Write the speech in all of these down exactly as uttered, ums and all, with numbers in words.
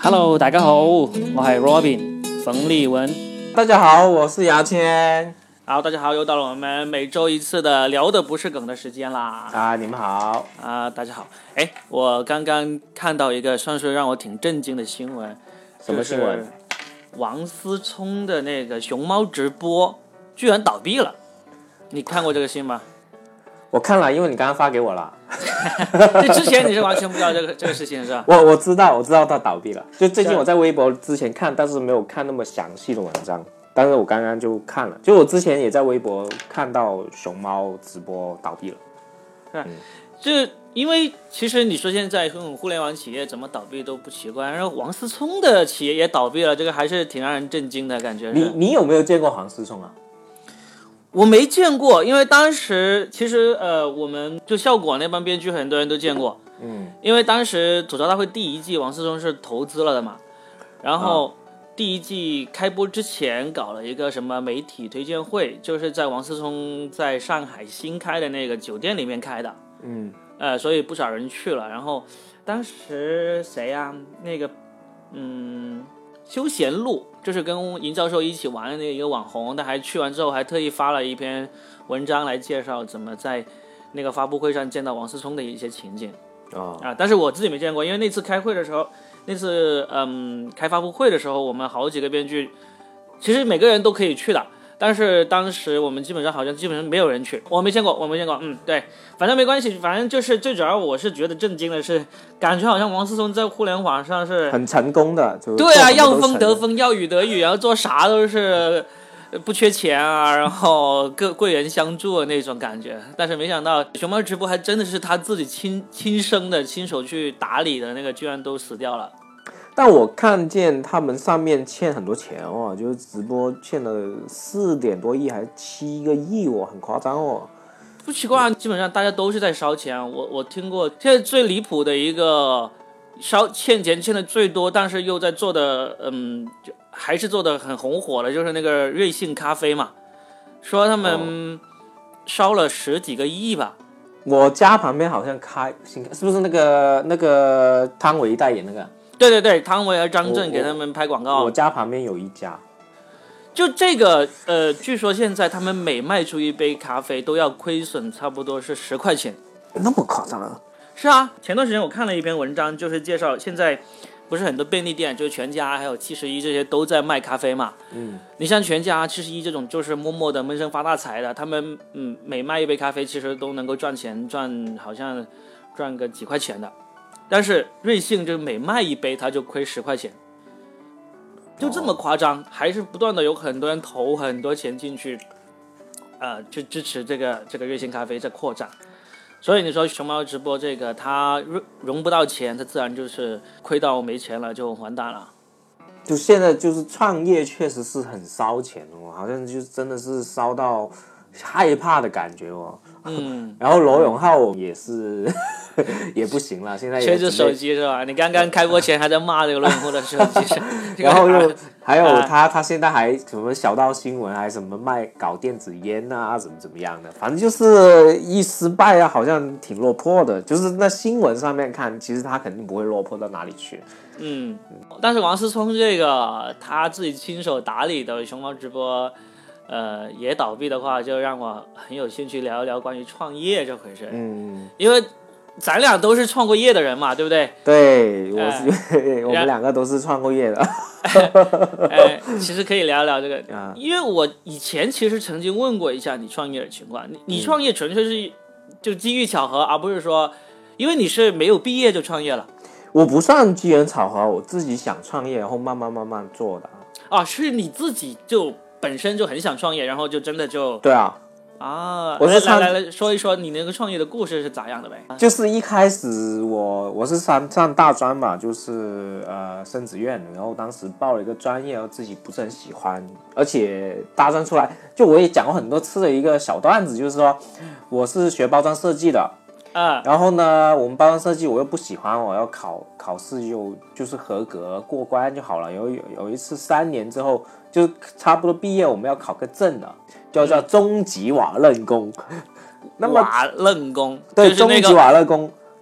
Hello， 大家好，我係 Robin 冯立文。 大家好，我是牙签。 好，大家好，又到了我们每周一次的聊的不是梗的时间啦。 啊，你们好。 啊，大家好。哎，我刚刚看到一个算是让我挺震惊的新闻。 什么新闻？ 就是王思聪的那个熊猫直播居然倒闭了。你看过这个新闻吗？ 我看了，因为你刚刚发给我了。 这之前你是完全不知道这个这个事情是吧？ 我我知道，我知道它倒闭了。就最近我在微博之前看，但是没有看那么详细的文章。但是我刚刚就看了，就我之前也在微博看到熊猫直播倒闭了。 是，这因为其实你说现在这种互联网企业怎么倒闭都不奇怪，然后王思聪的企业也倒闭了，这个还是挺让人震惊的感觉。 你你有没有见过王思聪啊？ 我没见过，因为当时其实呃，我们就效果那帮编剧很多人都见过， 嗯， 因为当时吐槽大会第一季王思聪是投资了的嘛，然后第一季开播之前搞了一个什么媒体推荐会，就是在王思聪在上海新开的那个酒店里面开的， 嗯， 呃，所以不少人去了，然后当时谁呀、啊？那个嗯。休闲路就是跟尹教授一起玩的那一个网红，他还去完之后还特意发了一篇文章来介绍怎么在那个发布会上见到王思聪的一些情景、 哦、 啊，但是我自己没见过，因为那次开会的时候，那次嗯开发布会的时候，我们好几个编剧，其实每个人都可以去的。但是当时我们基本上好像基本上没有人去，我没见过，我没见过，嗯，对，反正没关系，反正就是最主要我是觉得震惊的是，感觉好像王思聪在互联网上是很成功的，就对啊，要风得风，要雨得雨，然后做啥都是不缺钱啊，然后各贵人相助的那种感觉。但是没想到熊猫直播还真的是他自己亲亲生的亲手去打理的那个，居然都死掉了。 但我看见他们上面欠很多钱哦，就是直播欠了四点多亿还是七个亿哦，很夸张哦。 不奇怪，基本上大家都是在烧钱。我我听过现在最离谱的一个烧欠钱欠的最多，但是又在做的嗯，就还是做的很红火的，就是那个瑞幸咖啡嘛，说他们烧了十几个亿吧。 我家旁边好像开新开，是不是那个那个汤唯代言那个？ 对对对，汤唯和张震给他们拍广告。 我, 我家旁边有一家， 就这个呃，据说现在他们每卖出一杯咖啡都要亏损差不多是十块钱， 那么夸张啊？ 是啊，前段时间我看了一篇文章，就是介绍现在不是很多便利店，就是全家还有七十一这些都在卖咖啡嘛。 嗯， 你像全家、七十一这种就是默默的闷声发大财的，他们嗯每卖一杯咖啡其实都能够赚钱，赚好像赚个几块钱的。但是瑞幸就每卖一杯他就亏十块钱，就这么夸张，还是不断的有很多人投很多钱进去，呃，去支持这个这个瑞幸咖啡在扩展。所以你说熊猫直播这个它融不到钱，它自然就是亏到没钱了就完蛋了。 就现在就是创业确实是很烧钱哦，好像就真的是烧到害怕的感觉哦。 嗯， 然后罗永浩也是也不行了，现在也缺只手机是吧？你刚刚开播前还在骂这个罗永浩的手机是， 然后又还有他、啊、他现在还什么小道新闻，还什么卖搞电子烟啊，怎么怎么样的，反正就是一失败啊，好像挺落魄的。就是那新闻上面看，其实他肯定不会落魄到哪里去。 嗯，但是王思聪这个他自己亲手打理的熊猫直播。呃，也倒闭的话，就让我很有兴趣聊一聊关于创业这回事。 嗯， 因为咱俩都是创过业的人嘛，对不对？ 对，我是、呃、我们两个都是创过业的。 呃，其实可以聊一聊这个，因为我以前其实曾经问过一下你创业的情况，你你创业纯粹是就机遇巧合，而不是说，因为你是没有毕业就创业了。 我不算机缘巧合，我自己想创业，然后慢慢慢慢做的。 啊，是你自己就。本身就很想创业，然后就真的就对啊啊， 我是来来来说一说你那个创业的故事是咋样的呗？ 就是一开始我我是上上大专嘛，就是呃生子院，然后当时报了一个专业，自己不是很喜欢，而且大专出来，就我也讲过很多次的一个小段子，就是说我是学包装设计的。 啊， 然后呢，我们包装设计我又不喜欢，我要考考试就就是合格过关就好了。有有有一次三年之后，就差不多毕业，我们要考个证的，叫叫中级瓦楞工。那么瓦楞工， 对， 就是那个、 中级瓦楞工。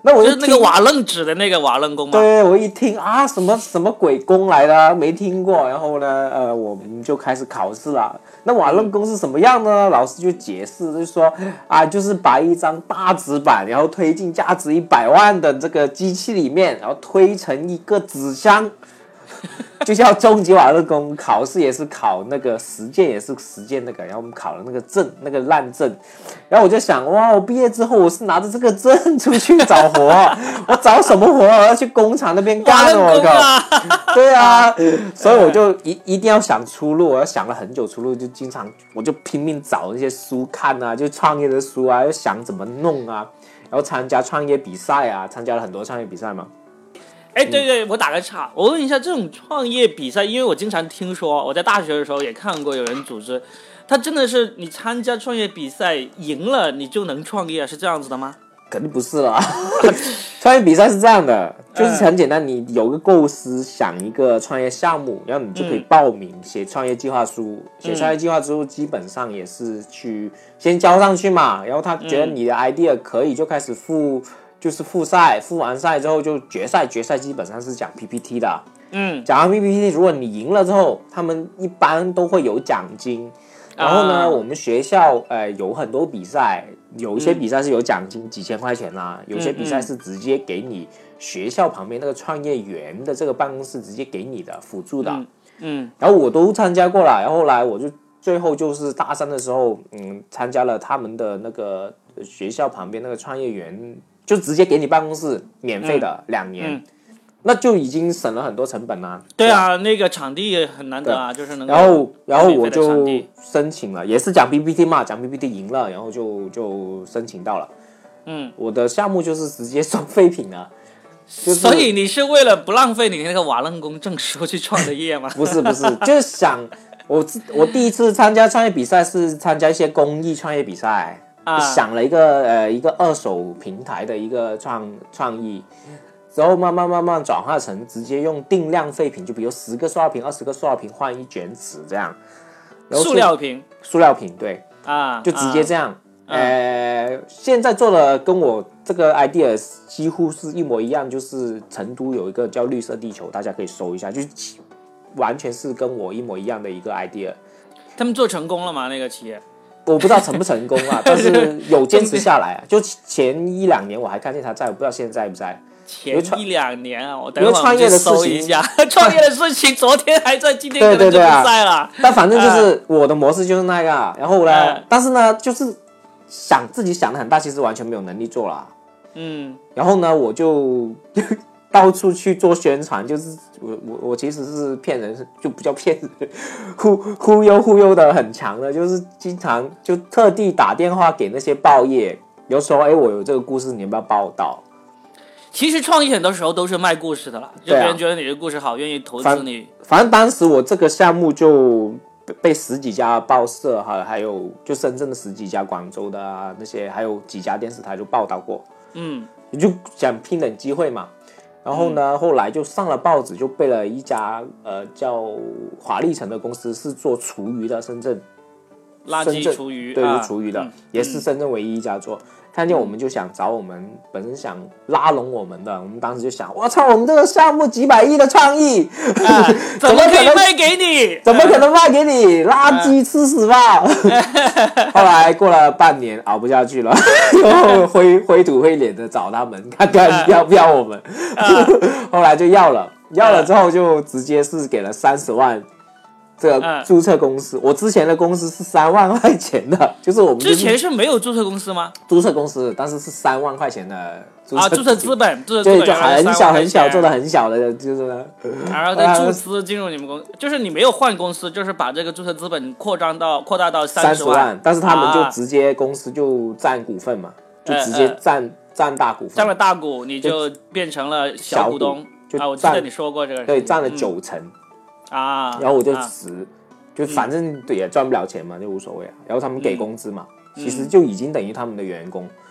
那我就是那个瓦楞纸的那个瓦楞工吗？ 对，我一听啊，什么什么鬼工来的，没听过。然后呢，呃，我们就开始考试了。那瓦楞工是什么样呢？老师就解释，就说啊，就是把一张大纸板，然后推进价值一百万的这个机器里面，然后推成一个纸箱。就叫终极瓦楞工，考试也是考那个实践，也是实践那个，然后我们考了那个证，那个烂证。然后我就想，哇，我毕业之后我是拿着这个证出去找活，我找什么活？我要去工厂那边干，我靠！对啊，所以我就一一定要想出路，我要想了很久出路，就经常我就拼命找那些书看啊，就创业的书啊，要想怎么弄啊，然后参加创业比赛啊，参加了很多创业比赛嘛。 哎，对对，我打个岔，我问一下，这种创业比赛，因为我经常听说，我在大学的时候也看过有人组织，他真的是你参加创业比赛赢了，你就能创业，是这样子的吗？ 肯定不是啦，创业比赛是这样的，就是很简单，你有个构思，想一个创业项目，然后你就可以报名写创业计划书。写创业计划书基本上也是去先交上去嘛，然后他觉得你的 idea 可以，就开始复。就是复赛，复完赛之后就决赛，决赛基本上是讲 P P T 的。嗯，讲完 P P T， 如果你赢了之后，他们一般都会有奖金。然后呢，啊、我们学校呃有很多比赛，有一些比赛是有奖金，嗯、几千块钱啦、啊，有些比赛是直接给你学校旁边那个创业园的这个办公室直接给你的辅助的。嗯，嗯然后我都参加过了，然后后来我就最后就是大三的时候，嗯，参加了他们的那个学校旁边那个创业园。就直接给你办公室免费的两、嗯、年、嗯，那就已经省了很多成本啦。 对啊，那个场地也很难得啊，就是能够。 然后，然后我就申请了，也是讲 P P T 嘛，讲 P P T 赢了，然后就就申请到了。嗯，我的项目就是直接收废品啊。就是、 所以你是为了不浪费你那个瓦楞工证书去创的业吗？ 不是不是，就是想我我第一次参加创业比赛是参加一些公益创业比赛。啊、想了一个呃一个二手平台的一个创创意，之后慢慢慢慢转化成直接用定量废品，就比如十个塑料瓶、二十个塑料瓶换一卷纸这样。 塑料瓶， 塑料瓶对啊， 就直接这样。啊、呃，现在做的跟我这个 idea 几乎是一模一样，就是成都有一个叫绿色地球，大家可以搜一下，就完全是跟我一模一样的一个 idea。 他们做成功了吗？那个企业？ 我不知道成不成功啊，但是有坚持下来啊。就前一两年我还看见他在，我不知道现在不在。 前一两年啊，我等会儿我去搜一下创业的事情。昨天还在，今天可能就不在了。 对对对啊、但反正就是我的模式就是那个、啊，然后呢，呃、但是呢，就是想自己想的很大，其实完全没有能力做了。嗯，然后呢，我就到处去做宣传，就是我我我其实是骗人，就不叫骗人，忽忽悠忽悠的很强的，就是经常就特地打电话给那些报业，有时候哎，我有这个故事，你要不要报道？ 其实创业很多时候都是卖故事的啦，就别人觉得你的故事好，愿意投资你。 反正当时我这个项目就被十几家报社哈，还有就深圳的十几家、广州的啊那些，还有几家电视台就报道过。嗯，你就想拼点机会嘛。然后呢，嗯、后来就上了报纸，就被了一家呃叫华丽城的公司，是做厨余的，深圳垃圾厨余， 对， 啊、 是厨余的， 嗯、 也是深圳唯一一家做。看见我们就想找我们，本身想拉拢我们的，我们当时就想，我操，我们这个项目几百亿的创意， 啊、怎么可能卖给你？ 怎么可能卖给你？垃圾吃死吧！后来过了半年，熬不下去了，然后灰灰土灰脸的找他们，看看要不要我们。后来就要了，要了之后就直接是给了三十万。这个注册公司，嗯、我之前的公司是三万块钱的，就是我们、就是、 之前是没有注册公司吗？ 注册公司，但是是三万块钱的注册啊，注册资本，注册资本就很小很小，做的很小的，就是呢。 然后再注资进入你们公司，就是你没有换公司，就是把这个注册资本扩张到扩大到三十万， 但是他们就直接、啊、公司就占股份嘛，就直接占、呃、占大股份， 占了大股，你就变成了小股东。 就啊，我记得你说过这个， 对，占了九成。嗯啊， 然后我就辞，啊、就反正也赚不了钱嘛，就无所谓啊。然后他们给工资嘛，嗯、其实就已经等于他们的员工。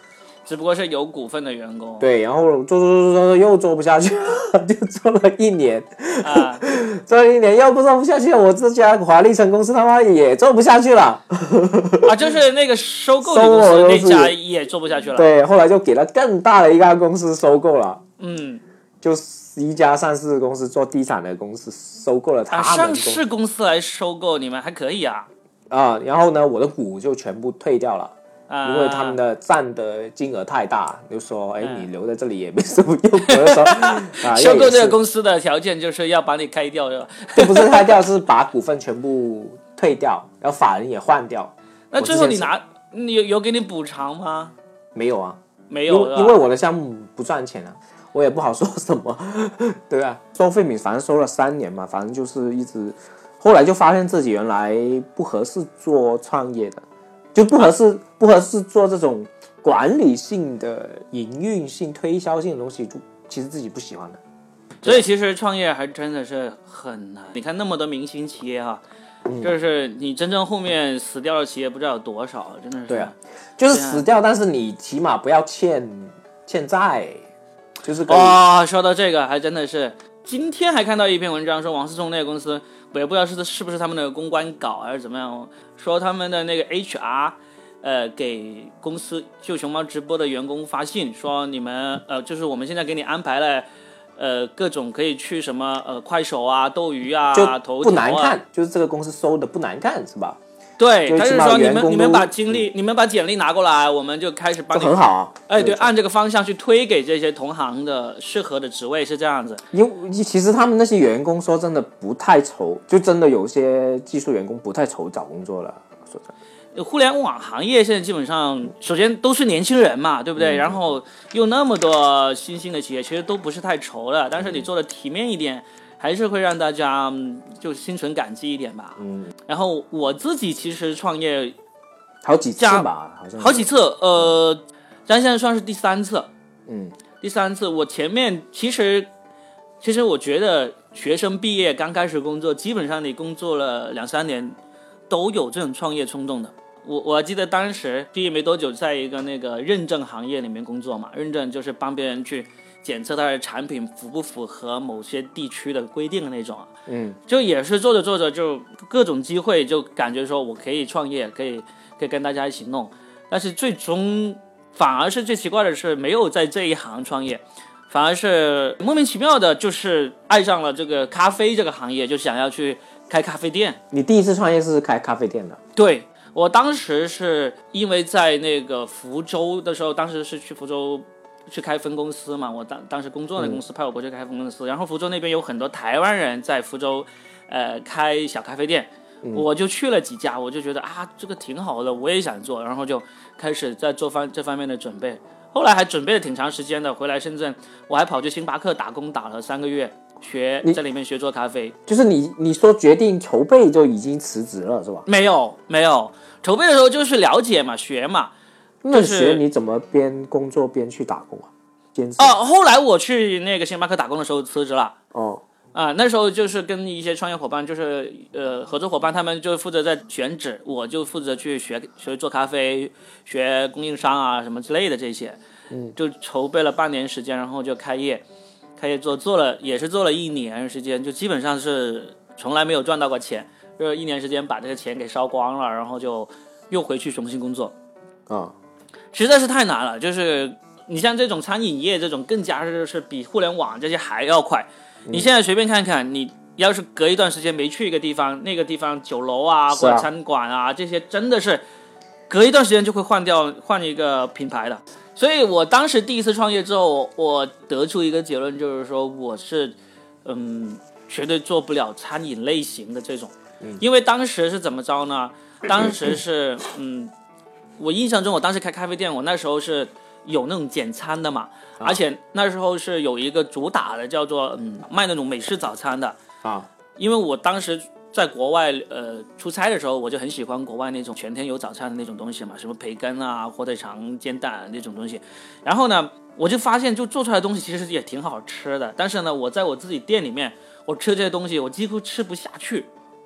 只不过是有股份的员工。 对，然后做做做做做又做不下去了，就做了一年啊， 做了一年又不做不下去了，我这家华丽城公司他妈也做不下去了啊，就是那个收购的公司那家也做不下去了。 对，后来就给了更大的一家公司收购了。 嗯， 就是一家上市公司做地产的公司收购了他们、啊、 上市公司来收购你们还可以啊。 啊，然后呢，我的股就全部退掉了。 啊、 因为他们的占的金额太大，就说哎，你留在这里也没什么用。我就说啊， 收购这个公司的条件就是要把你开掉，是吧？ 这不是开掉，是把股份全部退掉，然后法人也换掉。 那最后你拿你有有给你补偿吗？ 没有啊， 没有， 因为我的项目不赚钱啊，我也不好说什么，对啊，收废品反正收了三年嘛，反正就是一直，后来就发现自己原来不合适做创业的。就不合适，不合适做这种管理性的、营运性、推销性的东西，就其实自己不喜欢的。 所以其实创业还真的是很难。你看那么多明星企业哈、嗯，就是你真正后面死掉的企业不知道有多少，真的是。 对啊，就是死掉，但是你起码不要欠欠债，就是哇、哦，说到这个还真的是，今天还看到一篇文章说王思聪那个公司。我也不知道是是不是他们的公关稿还是怎么样，说他们的那个 H R， 呃，给公司就熊猫直播的员工发信，说你们呃，就是我们现在给你安排了，呃，各种可以去什么呃快手啊、斗鱼啊、头条啊， 不难看，就是这个公司收的不难看，是吧？ 对，他是说你们你们把精力，你们把简历拿过来，我们就开始帮你， 很好啊。 哎，对，按这个方向去推给这些同行的适合的职位是这样子。 因为其实他们那些员工说真的不太愁，就真的有些技术员工不太愁找工作了。说真的，互联网行业现在基本上，首先都是年轻人嘛，对不对？嗯、然后又那么多新兴的企业，其实都不是太愁了。但是你做的体面一点。还是会让大家就心存感激一点吧。 嗯， 然后我自己其实创业好几次吧，好像好几次，呃，咱现在算是第三次。 嗯， 第三次，我前面其实其实我觉得学生毕业刚开始工作，基本上你工作了两三年，都有这种创业冲动的。我我还记得当时毕业没多久，在一个那个认证行业里面工作嘛，认证就是帮别人去。检测它的产品符不符合某些地区的规定的那种啊， 嗯， 就也是做着做着就各种机会，就感觉说我可以创业，可以可以跟大家一起弄，但是最终反而是最奇怪的是没有在这一行创业，反而是莫名其妙的，就是爱上了这个咖啡这个行业，就想要去开咖啡店。 你第一次创业是开咖啡店的？ 对，我当时是因为在那个福州的时候，当时是去福州。去开分公司嘛，我当当时工作的公司派我过去开分公司、嗯、然后福州那边有很多台湾人在福州呃开小咖啡店、嗯、我就去了几家，我就觉得啊这个挺好的，我也想做，然后就开始在做方这方面的准备，后来还准备了挺长时间的，回来深圳我还跑去星巴克打工打了三个月，学在里面学做咖啡。 就是你你说决定筹备就已经辞职了是吧？ 没有没有，筹备的时候就是了解嘛，学嘛。 那学你怎么边工作边去打工啊？兼职哦，后来我去那个星巴克打工的时候辞职了。 哦， 啊，那时候就是跟一些创业伙伴，就是呃合作伙伴，他们就负责在选址，我就负责去学学做咖啡，学供应商啊什么之类的这些。 嗯， 就筹备了半年时间，然后就开业，开业做做了也是做了一年时间，就基本上是从来没有赚到过钱，就是一年时间把这个钱给烧光了，然后就又回去重新工作。 啊。 实在是太难了，就是你像这种餐饮业这种更加是比互联网这些还要快、嗯、你现在随便看看，你要是隔一段时间没去一个地方，那个地方酒楼啊或者餐馆啊这些真的是隔一段时间就会换掉换一个品牌的。所以我当时第一次创业之后，我得出一个结论，就是说我是嗯绝对做不了餐饮类型的这种、嗯、因为当时是怎么着呢，当时是嗯我印象中我当时开咖啡店，我那时候是有那种简餐的嘛、啊、而且那时候是有一个主打的叫做嗯卖那种美式早餐的啊， 因为我当时在国外呃出差的时候，我就很喜欢国外那种全天有早餐的那种东西嘛，什么培根啊火腿肠煎蛋那种东西，然后呢我就发现就做出来的东西其实也挺好吃的，但是呢我在我自己店里面我吃这些东西我几乎吃不下去，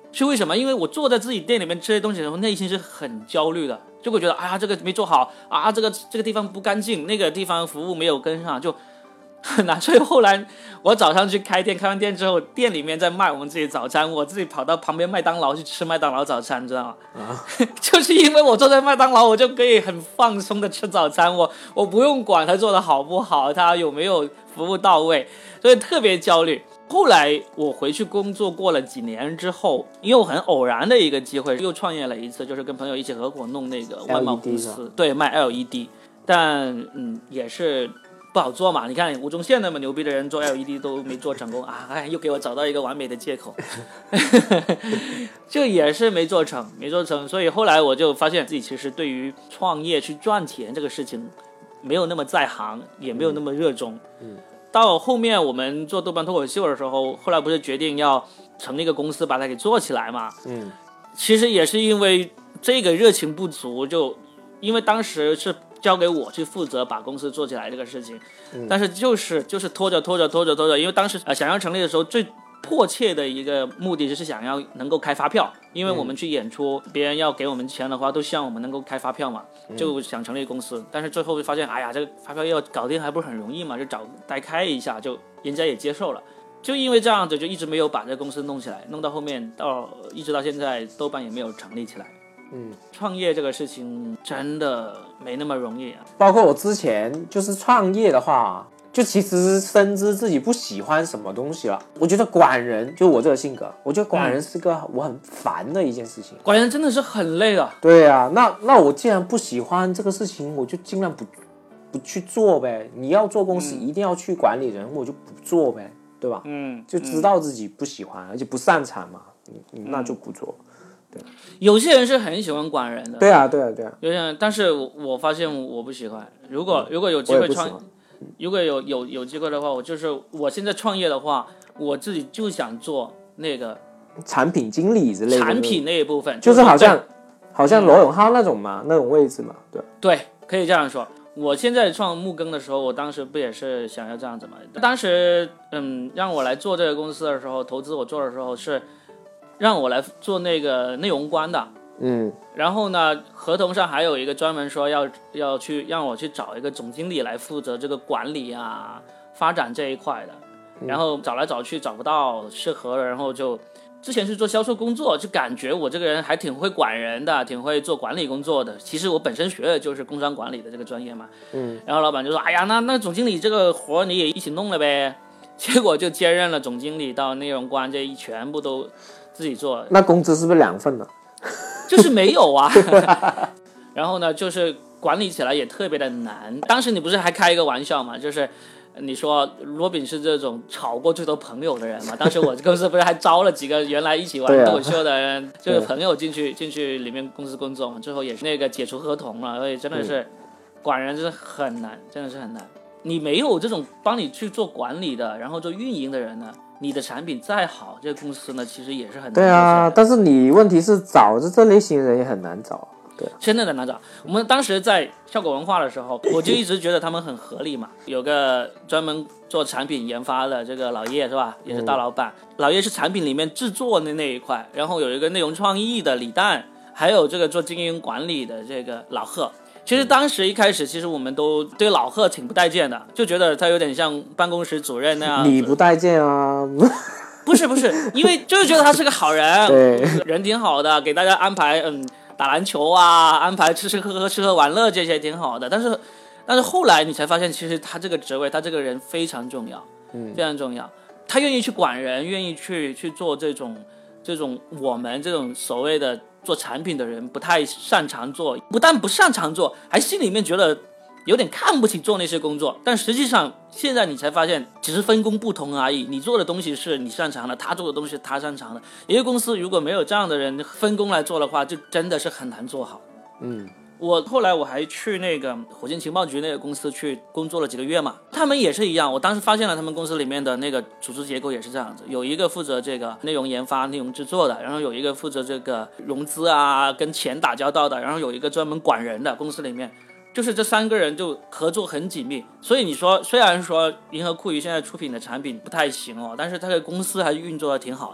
是为什么？因为我坐在自己店里面吃这些东西的时候，内心是很焦虑的，就会觉得哎呀这个没做好啊，这个这个地方不干净，那个地方服务没有跟上，就很难。所以后来我早上去开店，开完店之后，店里面在卖我们自己早餐，我自己跑到旁边麦当劳去吃麦当劳早餐，你知道吗？啊、就是因为我坐在麦当劳，我就可以很放松的吃早餐，我我不用管他做的好不好，他有没有服务到位，所以特别焦虑。后来我回去工作过了几年之后，因为我很偶然的一个机会又创业了一次，就是跟朋友一起合伙弄那个外贸公司，对，卖 L E D， 但嗯也是不好做嘛。你看吴宗宪那么牛逼的人做 L E D 都没做成功啊，哎，又给我找到一个完美的借口，就也是没做成，没做成。所以后来我就发现自己其实对于创业去赚钱这个事情没有那么在行，也没有那么热衷。嗯。嗯到后面我们做豆瓣脱口秀的时候，后来不是决定要成立一个公司把它给做起来嘛？嗯，其实也是因为这个热情不足，就因为当时是交给我去负责把公司做起来这个事情，嗯、但是就是就是拖着拖着拖着拖着，因为当时呃想要成立的时候最迫切的一个目的就是想要能够开发票，因为我们去演出，别人要给我们钱的话，都希望我们能够开发票嘛，就想成立公司。但是最后发现，哎呀，这个发票要搞定还不是很容易嘛，就找代开一下，就人家也接受了。就因为这样子，就一直没有把这个公司弄起来，弄到后面到一直到现在，豆瓣也没有成立起来。嗯，创业这个事情真的没那么容易啊。 包括我之前就是创业的话。就其实深知自己不喜欢什么东西了。我觉得管人，就我这个性格，我觉得管人是个我很烦的一件事情。 管人真的是很累的。 对啊，那那我既然不喜欢这个事情，我就尽量不不去做呗。你要做公司，嗯、一定要去管理人，我就不做呗，对吧？嗯，就知道自己不喜欢，而且不擅长嘛，嗯、那就不做。对， 有些人是很喜欢管人的。 对啊，对啊，对啊。 有些人，但是我我发现我不喜欢。如果、嗯、如果有机会创。如果有有有机会的话，我就是我现在创业的话，我自己就想做那个产品经理之类的产品那一部分， 就是好像好像罗永浩那种嘛，嗯、那种位置嘛，对对，可以这样说。我现在创木更的时候，我当时不也是想要这样子嘛？当时嗯，让我来做这个公司的时候，投资我做的时候是让我来做那个内容官的。嗯，然后呢，合同上还有一个专门说要要去让我去找一个总经理来负责这个管理啊、发展这一块的。然后找来找去找不到适合的，然后就之前是做销售工作，就感觉我这个人还挺会管人的，挺会做管理工作的。其实我本身学的就是工商管理的这个专业嘛。嗯，然后老板就说：“哎呀，那那总经理这个活你也一起弄了呗。”结果就接任了总经理到内容官，这一全部都自己做。 那工资是不是两份呢？ 就是没有啊，然后呢，就是管理起来也特别的难。当时你不是还开一个玩笑嘛，就是你说罗宾是这种炒过最多朋友的人嘛。当时我公司不是还招了几个原来一起玩脱口秀的人，啊、就是朋友进去进去里面公司工作嘛，最后也是那个解除合同了。所以真的是管人真的很难，真的是很难。你没有这种帮你去做管理的，然后做运营的人呢，你的产品再好，这个公司呢其实也是很难。 对啊，但是你问题是找这这类型的人也很难找。对， 真的很难找。我们当时在效果文化的时候，我就一直觉得他们很合理嘛。有个专门做产品研发的这个老叶是吧，也是大老板。嗯、老叶是产品里面制作的那一块，然后有一个内容创意的李诞，还有这个做经营管理的这个老贺。其实当时一开始，其实我们都对老贺挺不待见的，就觉得他有点像办公室主任那样。 你不待见啊？ 不是不是，因为就是觉得他是个好人， 对， 人挺好的，给大家安排嗯打篮球啊，安排吃吃喝喝、吃喝玩乐这些挺好的。但是但是后来你才发现，其实他这个职位，他这个人非常重要，嗯，非常重要。他愿意去管人，愿意去去做这种这种我们这种所谓的。做产品的人不太擅长做，不但不擅长做，还心里面觉得有点看不起做那些工作。但实际上现在你才发现只是分工不同而已，你做的东西是你擅长的，他做的东西是他擅长的。一个公司如果没有这样的人分工来做的话，就真的是很难做好。嗯，我后来我还去那个火箭情报局那个公司去工作了几个月嘛，他们也是一样。我当时发现了他们公司里面的那个组织结构也是这样子，有一个负责这个内容研发、内容制作的，然后有一个负责这个融资啊、跟钱打交道的，然后有一个专门管人的。公司里面就是这三个人就合作很紧密。所以你说，虽然说银河酷鱼现在出品的产品不太行哦，但是它的公司还是运作的挺好的。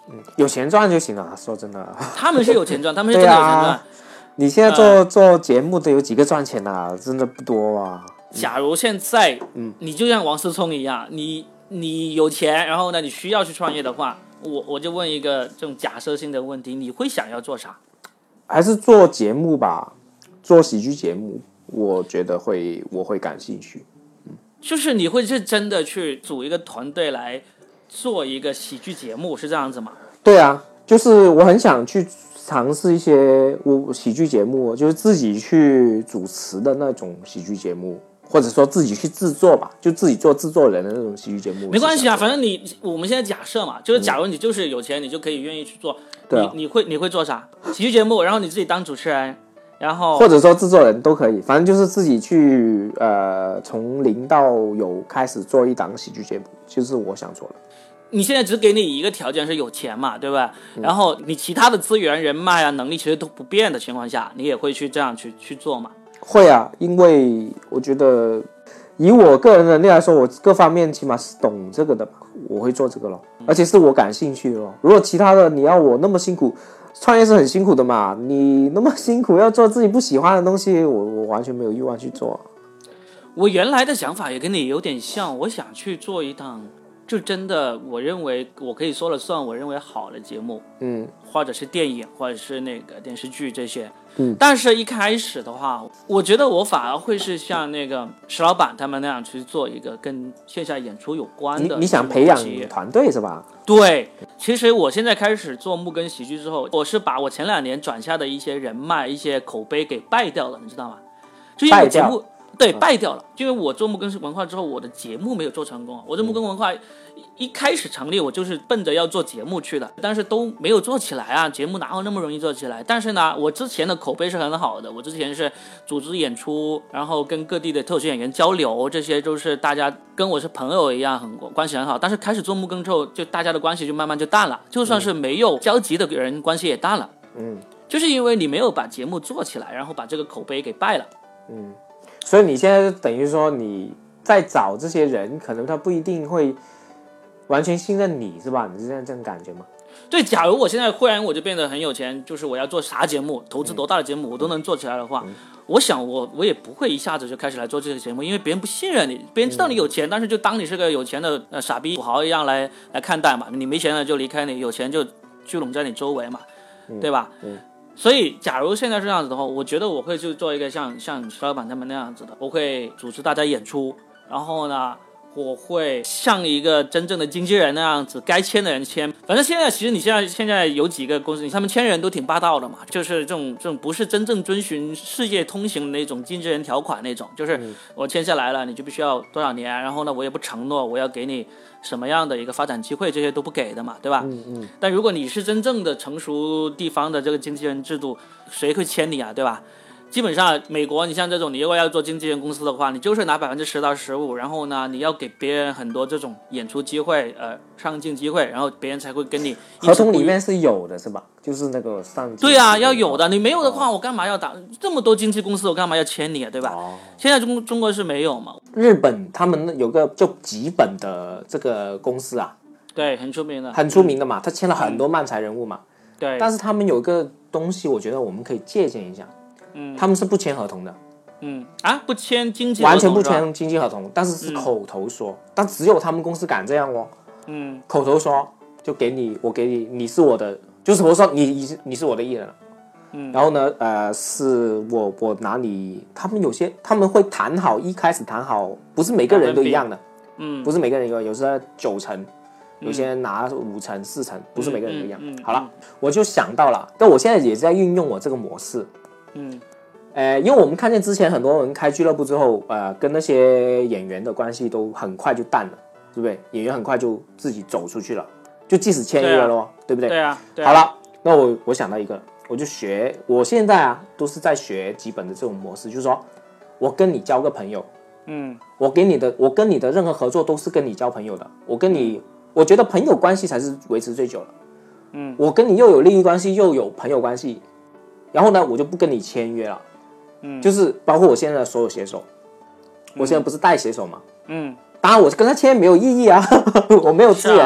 嗯，有钱赚就行了。说真的， 他们是有钱赚，他们是真的有钱赚。 啊、你现在做、呃、做节目的有几个赚钱啊？真的不多啊。 假如现在，嗯，你就像王思聪一样，你你有钱，然后呢，你需要去创业的话，我我就问一个这种假设性的问题，你会想要做啥？ 还是做节目吧，做喜剧节目，我觉得会我会感兴趣。 嗯，就是你会是真的去组一个团队来做一个喜剧节目，是这样子吗？ 对啊，就是我很想去尝试一些我喜剧节目，就是自己去主持的那种喜剧节目。或者说自己去制作吧，就自己做制作人的那种喜剧节目。 没关系啊，反正你我们现在假设嘛，就是假如你就是有钱，嗯、你就可以愿意去做。 对、啊， 你你会你会做啥？喜剧节目，然后你自己当主持人，然后或者说制作人都可以，反正就是自己去呃从零到有开始做一档喜剧节目，就是我想做的。 你现在只给你一个条件是有钱嘛，对吧？嗯、然后你其他的资源、人脉啊、能力其实都不变的情况下，你也会去这样去去做嘛？ 会啊，因为我觉得以我个人能力来说，我各方面起码是懂这个的吧，我会做这个咯，而且是我感兴趣的咯。如果其他的你要我那么辛苦，创业是很辛苦的嘛，你那么辛苦要做自己不喜欢的东西，我我完全没有欲望去做。 我原来的想法也跟你有点像，我想去做一档就真的我认为我可以说了算，我认为好的节目， 嗯， 或者是电影，或者是那个电视剧这些。 嗯， 但是一开始的话，我觉得我反而会是像那个石老板他们那样去做一个跟线下演出有关的。 你你想培养团队是吧？ 对，其实我现在开始做木根喜剧之后，我是把我前两年转下的一些人脉、一些口碑给败掉了，你知道吗？就因为节目对败掉了，因为我做木根文化之后，我的节目没有做成功。我这木根文化一开始成立，我就是奔着要做节目去的，但是都没有做起来啊！节目哪有那么容易做起来？但是呢，我之前的口碑是很好的，我之前是组织演出，然后跟各地的脱口秀演员交流，这些都是大家跟我是朋友一样，很关系很好。但是开始做木根之后，就大家的关系就慢慢就淡了，就算是没有交集的人，关系也淡了。 嗯， 就是因为你没有把节目做起来，然后把这个口碑给败了。 嗯，所以你现在等于说你在找这些人，可能他不一定会完全信任你，是吧？你是这样这样感觉吗？ 对，假如我现在忽然我就变得很有钱，就是我要做啥节目，投资多大的节目，我都能做起来的话，嗯、我想我我也不会一下子就开始来做这个节目，因为别人不信任你，别人知道你有钱，嗯、但是就当你是个有钱的呃傻逼土豪一样来来看待嘛。你没钱了就离开你，有钱就聚拢在你周围嘛， 嗯、 对吧？ 嗯。 所以，假如现在是这样子的话，我觉得我会就做一个像像石老板他们那样子的，我会组织大家演出，然后呢。我会像一个真正的经纪人那样子，该签的人签。反正现在其实你现在现在有几个公司，他们签人都挺霸道的嘛，就是这种这种不是真正遵循世界通行的那种经纪人条款那种，就是我签下来了，你就必须要多少年，然后呢，我也不承诺我要给你什么样的一个发展机会，这些都不给的嘛，对吧？ 嗯嗯。 但如果你是真正的成熟地方的这个经纪人制度，谁会签你啊，对吧？基本上美国你像这种你如果要做经纪人公司的话，你就是拿百分之十到十五，然后呢你要给别人很多这种演出机会呃上镜机会，然后别人才会跟你合同里面是有的是吧？就是那个上镜对啊要有的，你没有的话、哦、我干嘛要打这么多经纪公司，我干嘛要签你啊，对吧？ 哦、 现在中中国是没有嘛。 日本他们有个就吉本的这个公司啊， 对，很出名的很出名的嘛，他签了很多漫才人物嘛、嗯、 对， 但是他们有一个东西我觉得我们可以借鉴一下， 嗯， 他们是不签合同的， 嗯啊，不签经纪合同， 完全不签经纪合同，但是是口头说、嗯，但只有他们公司敢这样哦， 嗯， 口头说就给你，我给你，你是我的，就是我说你你你是我的艺人了，嗯，然后呢，呃，是我我拿你，他们有些他们会谈好，一开始谈好，不是每个人都一样的， 嗯， 不是每个人一样，有时候九成。有些人拿五成四成，不是每个人都一样。 嗯嗯嗯、 好了，我就想到了，但我现在也在运用我这个模式。 嗯， 呃，因为我们看见之前很多人开俱乐部之后，呃，跟那些演员的关系都很快就淡了，对不对？演员很快就自己走出去了，就即使签约了咯， 对,、啊、对不对？ 对啊。对啊好了，那我我想到一个，我就学，我现在啊都是在学基本的这种模式，就是说我跟你交个朋友， 嗯， 我给你的，我跟你的任何合作都是跟你交朋友的，我跟你。嗯我觉得朋友关系才是维持最久的， 嗯， 我跟你又有利益关系，又有朋友关系，然后呢，我就不跟你签约了， 嗯， 就是包括我现在的所有写手，我现在不是带写手嘛， 嗯， 当然我跟他签没有意义啊，我没有资源啊，啊，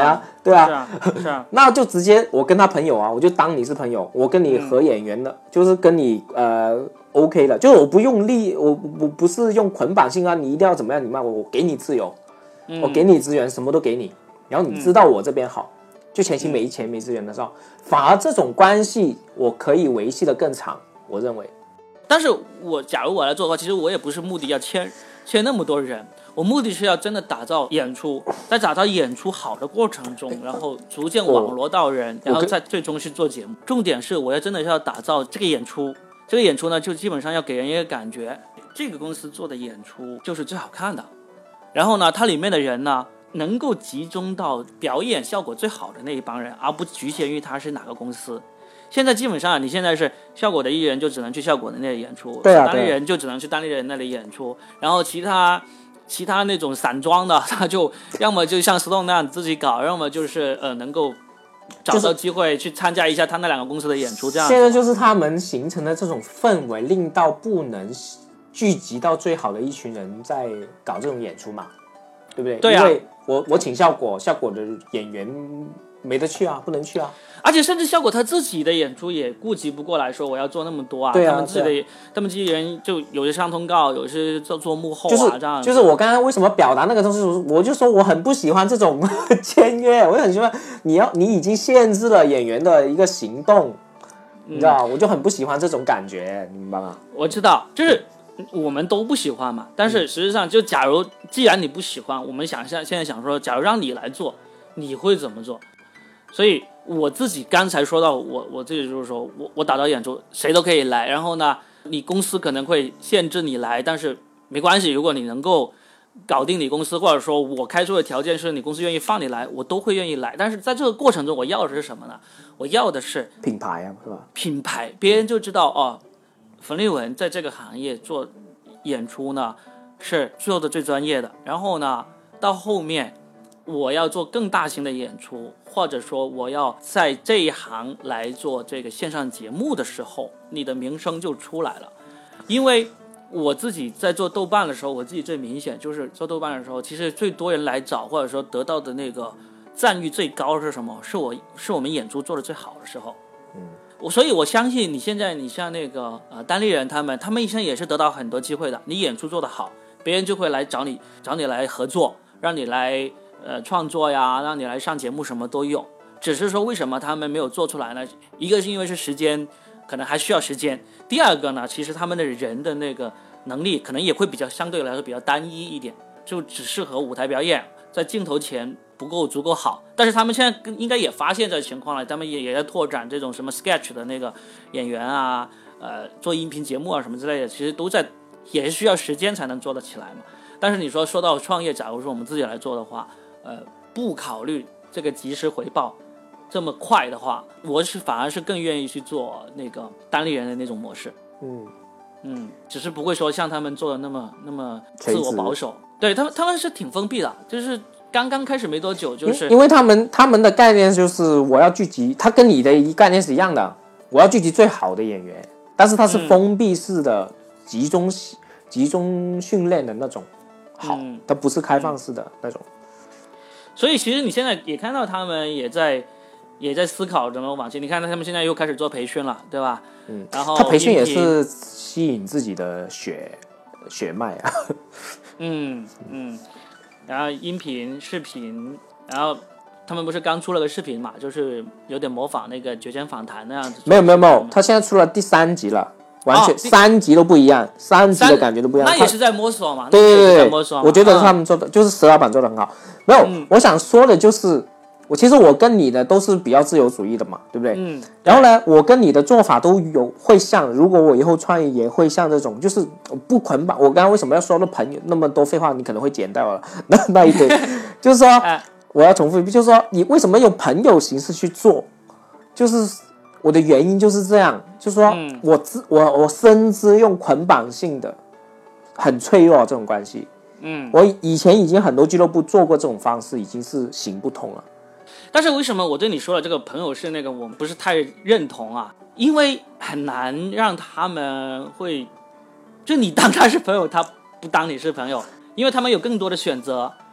对啊， 是啊，是啊， 那就直接我跟他朋友啊，我就当你是朋友，我跟你合演员的，嗯、就是跟你呃 OK 的，就是我不用力，我我不是用捆绑性啊，你一定要怎么样，你骂我，我给你自由，嗯、我给你资源，什么都给你，然后你知道我这边好，嗯、就前期没钱没资源的时候，反而这种关系我可以维系的更长，我认为。 但是我假如我来做的话，其实我也不是目的要签签那么多人，我目的是要真的打造演出，在打造演出好的过程中，然后逐渐网罗到人，然后再最终去做节目。重点是我要真的是要打造这个演出，这个演出呢，就基本上要给人一个感觉，这个公司做的演出就是最好看的。然后呢，它里面的人呢，能够集中到表演效果最好的那一帮人，而不局限于他是哪个公司。现在基本上，你现在是效果的艺人就只能去效果的那里演出， 对啊， 单立人就只能去单立人那里演出，然后其他其他那种散装的，他就要么就像 Stone 那样自己搞，要么就是呃能够找到机会去参加一下他那两个公司的演出，这样。 现在就是他们形成的这种氛围，令到不能聚集到最好的一群人在搞这种演出嘛，对不对？ 对啊， 因为我我请效果，效果的演员没得去啊，不能去啊。 而且甚至效果他自己的演出也顾及不过来，说我要做那么多啊。 对啊， 他们自己的，啊、他们这些人就有些上通告，有些做做幕后啊， 就是、 这样。 就是我刚刚为什么表达那个东西，我就说我很不喜欢这种签约，我很喜欢你要你已经限制了演员的一个行动，嗯、你知道，我就很不喜欢这种感觉，你明白吗？ 我知道，就是我们都不喜欢嘛。但是实际上，就假如既然你不喜欢，我们想现现在想说，假如让你来做，你会怎么做？所以我自己刚才说到我我自己就是说我我打造演出谁都可以来，然后呢你公司可能会限制你来，但是没关系，如果你能够搞定你公司，或者说我开出的条件是你公司愿意放你来，我都会愿意来。但是在这个过程中我要的是什么呢？我要的是品牌啊，是吧？ 品牌，别人就知道哦，冯立文在这个行业做演出呢是做的最专业的，然后呢到后面我要做更大型的演出，或者说我要在这一行来做这个线上节目的时候，你的名声就出来了。因为我自己在做豆瓣的时候，我自己最明显就是做豆瓣的时候，其实最多人来找，或者说得到的那个赞誉最高是什么？是我是我们演出做的最好的时候。嗯，我所以我相信你现在你像那个呃单立人他们，他们一生也是得到很多机会的。你演出做得好，别人就会来找你，找你来合作，让你来。呃，创作呀，让你来上节目，什么都有。只是说为什么他们没有做出来呢？一个是因为是时间，可能还需要时间。第二个呢，其实他们的人的那个能力可能也会比较相对来说比较单一一点，就只适合舞台表演，在镜头前不够足够好。但是他们现在应该也发现这个情况了，他们也也在拓展这种什么 sketch 的那个演员啊，呃，做音频节目啊什么之类的，其实都在也是需要时间才能做得起来嘛。但是你说说到创业，假如说我们自己来做的话，呃，不考虑这个及时回报这么快的话，我是反而是更愿意去做那个单立人的那种模式。嗯嗯，只是不会说像他们做的那么那么自我保守。对他们，他们是挺封闭的，就是刚刚开始没多久，就是因为他们他们的概念就是我要聚集，他跟你的一概念是一样的，我要聚集最好的演员，但是它是封闭式的、集中、嗯、集中训练的那种。好，它不是开放式的那种。 所以其实你现在也看到他们也在也在思考怎么往前。你看他们现在又开始做培训了，对吧？嗯，然后他培训也是吸引自己的血血脉啊。 嗯嗯，然后音频、视频，然后他们不是刚出了个视频嘛，就是有点模仿那个绝间访谈那样子。 没有没有没有，他现在出了第三集了。完全、哦、三集都不一样，三集的感觉都不一样。 那也是在摸索嘛。 对对对， 摸索我觉得他们做的、嗯、就是石老板做的很好。没有、嗯，我想说的就是，我其实我跟你的都是比较自由主义的嘛，对不对？嗯。然后呢，我跟你的做法都有会像，如果我以后创业也会像这种，就是不捆绑。我刚刚为什么要说的朋友那么多废话，你可能会剪掉了那那一堆，就是说、啊、我要重复一遍，就是说你为什么用朋友形式去做，就是。我的原因就是这样，就是说我知、嗯、我我深知用捆绑性的很脆弱这种关系，嗯，我以前已经很多俱乐部做过这种方式，已经是行不通了。 但是为什么我对你说的这个朋友是那个我不是太认同啊？因为很难让他们会，就你当他是朋友，他不当你是朋友，因为他们有更多的选择。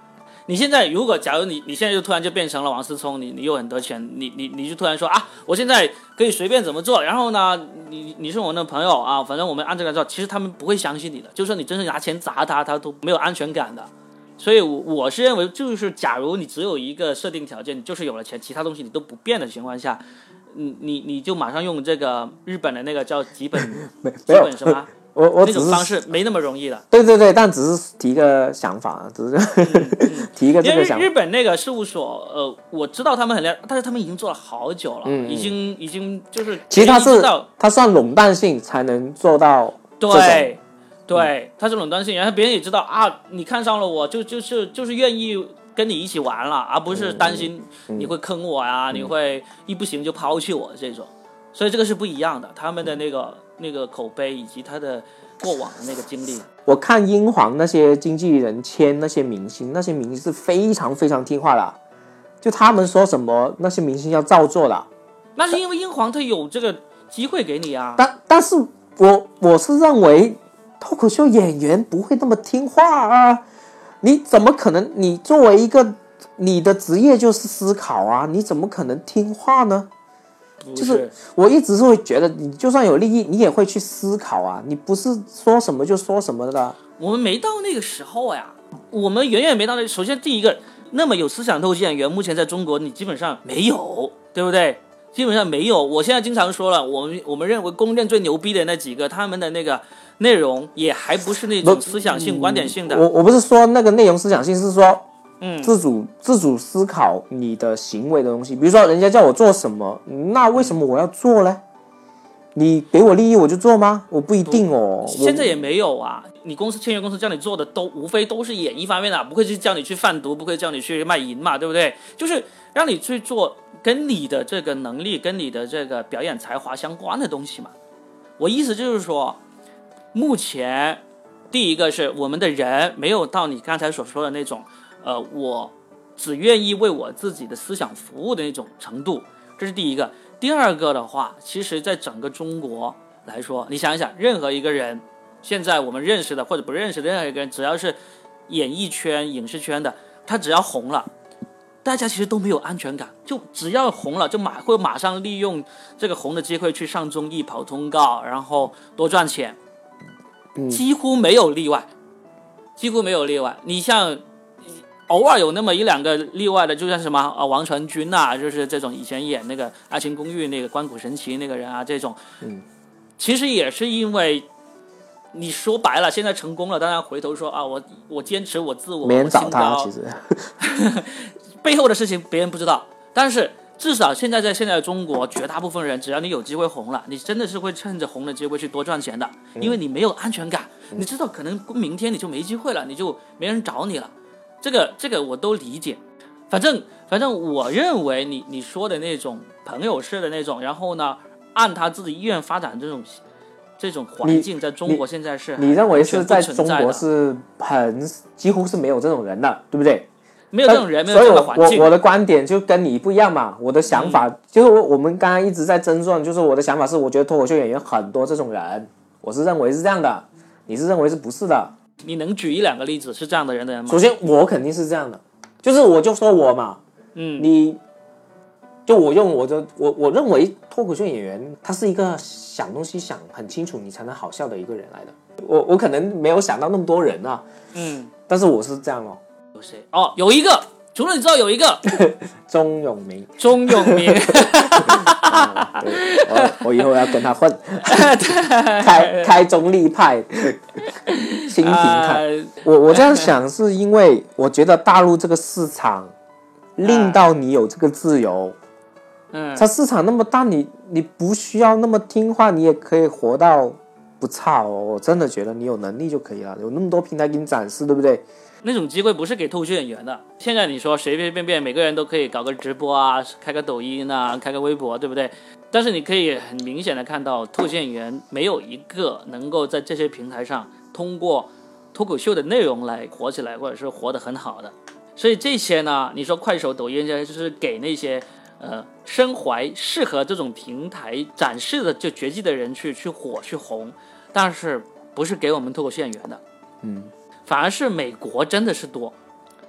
你现在如果假如你你现在就突然就变成了王思聪，你你有很多钱，你你你就突然说啊，我现在可以随便怎么做，然后呢，你你是我的朋友啊，反正我们按这个做，其实他们不会相信你的，就算你真是拿钱砸他，他都没有安全感的。所以我是认为，就是假如你只有一个设定条件，你就是有了钱，其他东西你都不变的情况下，你你你就马上用这个日本的那个叫基本基本什么？ 我我只是那种方式没那么容易的。 对对对，但只是提个想法，只是、嗯嗯、提一个这个想法。 因为日本那个事务所，呃，我知道他们很厉害，但是他们已经做了好久了，嗯嗯已经已经就是。 其实他是他算垄断性才能做到这种。 对对，他是垄断性，然后别人也知道啊，你看上了我就就是就是愿意跟你一起玩了，而不是担心你会坑我呀、啊嗯嗯，你会一不行就抛弃我这种。所以这个是不一样的，他们的那个那个口碑以及他的过往的那个经历。 我看英皇那些经纪人签那些明星，那些明星是非常非常听话的，就他们说什么，那些明星要照做的。 那是因为英皇他有这个机会给你啊。 但但是我我是认为脱口秀演员不会那么听话啊，你怎么可能？你作为一个你的职业就是思考啊，你怎么可能听话呢？就是我一直是会觉得，你就算有利益，你也会去思考啊，你不是说什么就说什么的。 我们没到那个时候呀，我们远远没到那。首先，第一个，那么有思想透析演员，目前在中国你基本上没有，对不对？基本上没有。我现在经常说了，我们我们认为公认最牛逼的那几个，他们的那个内容也还不是那种思想性、观点性的。 我我不是说那个内容思想性，是说。嗯，自主自主思考你的行为的东西，比如说人家叫我做什么，那为什么我要做呢？你给我利益我就做吗？我不一定哦。 现在也没有啊，你公司签约公司叫你做的都无非都是演艺方面的，不会去叫你去贩毒，不会叫你去卖淫嘛，对不对？就是让你去做跟你的这个能力、跟你的这个表演才华相关的东西嘛。我意思就是说，目前第一个是我们的人没有到你刚才所说的那种。呃，我只愿意为我自己的思想服务的那种程度，这是第一个。第二个的话，其实在整个中国来说，你想一想，任何一个人，现在我们认识的或者不认识的任何一个人，只要是演艺圈、影视圈的，他只要红了，大家其实都没有安全感，就只要红了，就马会马上利用这个红的机会去上综艺、跑通告，然后多赚钱，几乎没有例外，几乎没有例外。你像。偶尔有那么一两个例外的，就像什么啊王传君啊，就是这种以前演那个《爱情公寓》那个关谷神奇那个人啊，这种，嗯，其实也是因为你说白了，现在成功了，当然回头说啊，我我坚持我自我， 没人找他，其实背后的事情别人不知道，但是至少现在在现在的中国，绝大部分人只要你有机会红了，你真的是会趁着红的机会去多赚钱的，因为你没有安全感，嗯、你知道可能明天你就没机会了，你就没人找你了。这个这个我都理解，反正反正我认为你你说的那种朋友式的那种，然后呢，按他自己意愿发展这种这种环境，在中国现在是你认为是在中国是很几乎是没有这种人的，对不对？ 没有这种人，没有这种环境。 所以我我的观点就跟你不一样嘛，我的想法、嗯、就是我我们刚刚一直在争论，就是我的想法是，我觉得脱口秀演员很多这种人，我是认为是这样的，你是认为是不是的？ 你能举一两个例子是这样的人的人吗？ 首先，我肯定是这样的，就是我就说我嘛，嗯，你就我用我的我我认为脱口秀演员他是一个想东西想很清楚，你才能好笑的一个人来的。我我可能没有想到那么多人啊，嗯，但是我是这样哦。 有谁？哦，有一个，除了你知道有一个钟永明， 钟永明。 啊、对我我以后要跟他混，开开中立派，新平台。Uh, 我我这样想是因为我觉得大陆这个市场令到你有这个自由，嗯，它市场那么大，你你不需要那么听话，你也可以活到不差哦。我真的觉得你有能力就可以了，有那么多平台给你展示，对不对？ 那种机会不是给脱口秀演员的。现在你说随随便便每个人都可以搞个直播啊，开个抖音啊，开个微博，对不对？但是你可以很明显的看到，脱口秀演员没有一个能够在这些平台上通过脱口秀的内容来火起来，或者是活得很好的。所以这些呢，你说快手、抖音这些，就是给那些呃身怀适合这种平台展示的就绝技的人去去火去红，但是不是给我们脱口秀演员的。嗯。反而是美国真的是多，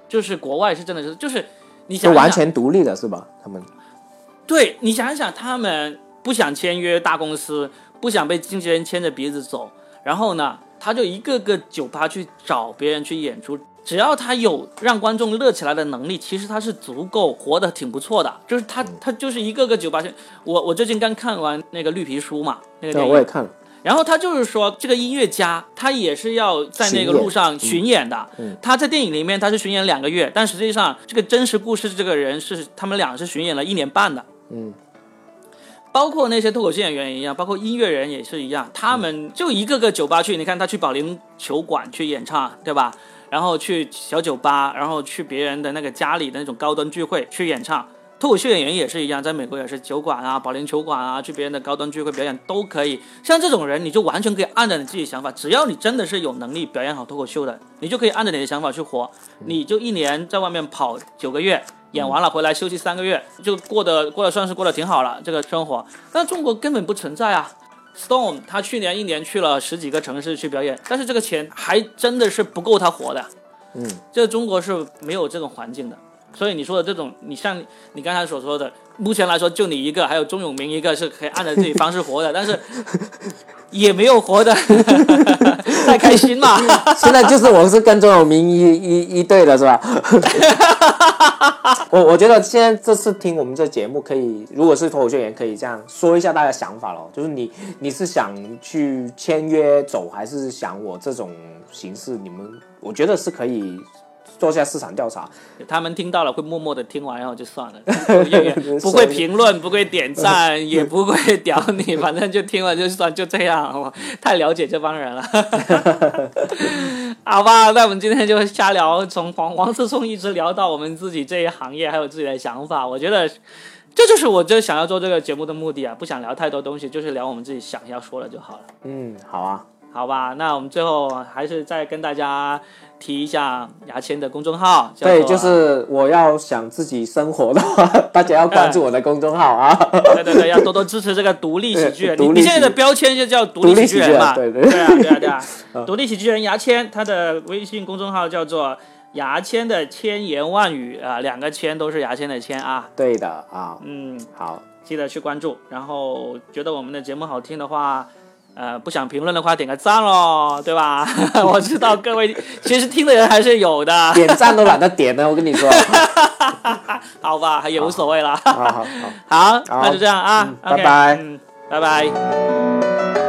就是国外是真的是就是你想就完全独立的是吧？他们对你想一想，他们不想签约大公司，不想被经纪人牵着鼻子走，然后呢，他就一个个酒吧去找别人去演出。只要他有让观众乐起来的能力，其实他是足够活得挺不错的。就是他，他就是一个个酒吧。我我最近刚看完那个绿皮书嘛，那个电影我也看了。 然后他就是说，这个音乐家他也是要在那个路上巡演的。 嗯嗯、 他在电影里面他是巡演两个月，但实际上这个真实故事这个人是他们俩是巡演了一年半的。 嗯。 包括那些脱口秀演员也一样，包括音乐人也是一样，他们就一个个酒吧去，你看他去保龄球馆去演唱，对吧？然后去小酒吧，然后去别人的那个家里的那种高端聚会去演唱。脱口秀演员也是一样，在美国也是酒馆啊、保龄球馆啊，去别人的高端聚会表演都可以。像这种人，你就完全可以按照你自己的想法，只要你真的是有能力表演好脱口秀的，你就可以按照你的想法去活。你就一年在外面跑九个月。演完了回来休息三个月，就过得过得算是过得挺好了这个生活。但中国根本不存在啊。Stone 他去年一年去了十几个城市去表演，但是这个钱还真的是不够他活的。 嗯， 这中国是没有这种环境的。所以你说的这种，你像你刚才所说的，目前来说就你一个，还有钟永明一个是可以按照自己方式活的，但是也没有活的太开心嘛。 现在就是我是跟钟永明一一一对的是吧？我我觉得现在这次听我们这节目，可以如果是脱口秀演员，可以这样说一下大家想法咯，就是你你是想去签约走，还是想我这种形式？你们我觉得是可以做下市场调查。 他们听到了会默默的听完，然后就算了，不会评论，不会点赞，也不会屌你，反正就听了就算，就这样。我太了解这帮人了。好吧，那我们今天就瞎聊，从黄黄思聪一直聊到我们自己这一行业，还有自己的想法。我觉得这就是我就想要做这个节目的目的啊，不想聊太多东西，就是聊我们自己想要说的就好了。 嗯，好啊。 好吧，那我们最后还是再跟大家提一下牙签的公众号。 对，就是我要想自己生活的话，大家要关注我的公众号啊。 对对对，要多多支持这个独立喜剧人。你你现在的标签就叫独立喜剧人嘛？ 对对对啊对啊对啊。独立喜剧人牙签，他的微信公众号叫做牙签的千言万语啊、呃，两个签都是牙签的签啊。 对的啊。 嗯， 好， 记得去关注。然后觉得我们的节目好听的话。呃，不想评论的话，点个赞咯，对吧？我知道各位其实听的人还是有的， 点赞都懒得点呢，我跟你说。 好吧，也无所谓了。 好好好， 好，那就这样啊， 嗯 okay, 拜拜， 嗯，拜拜。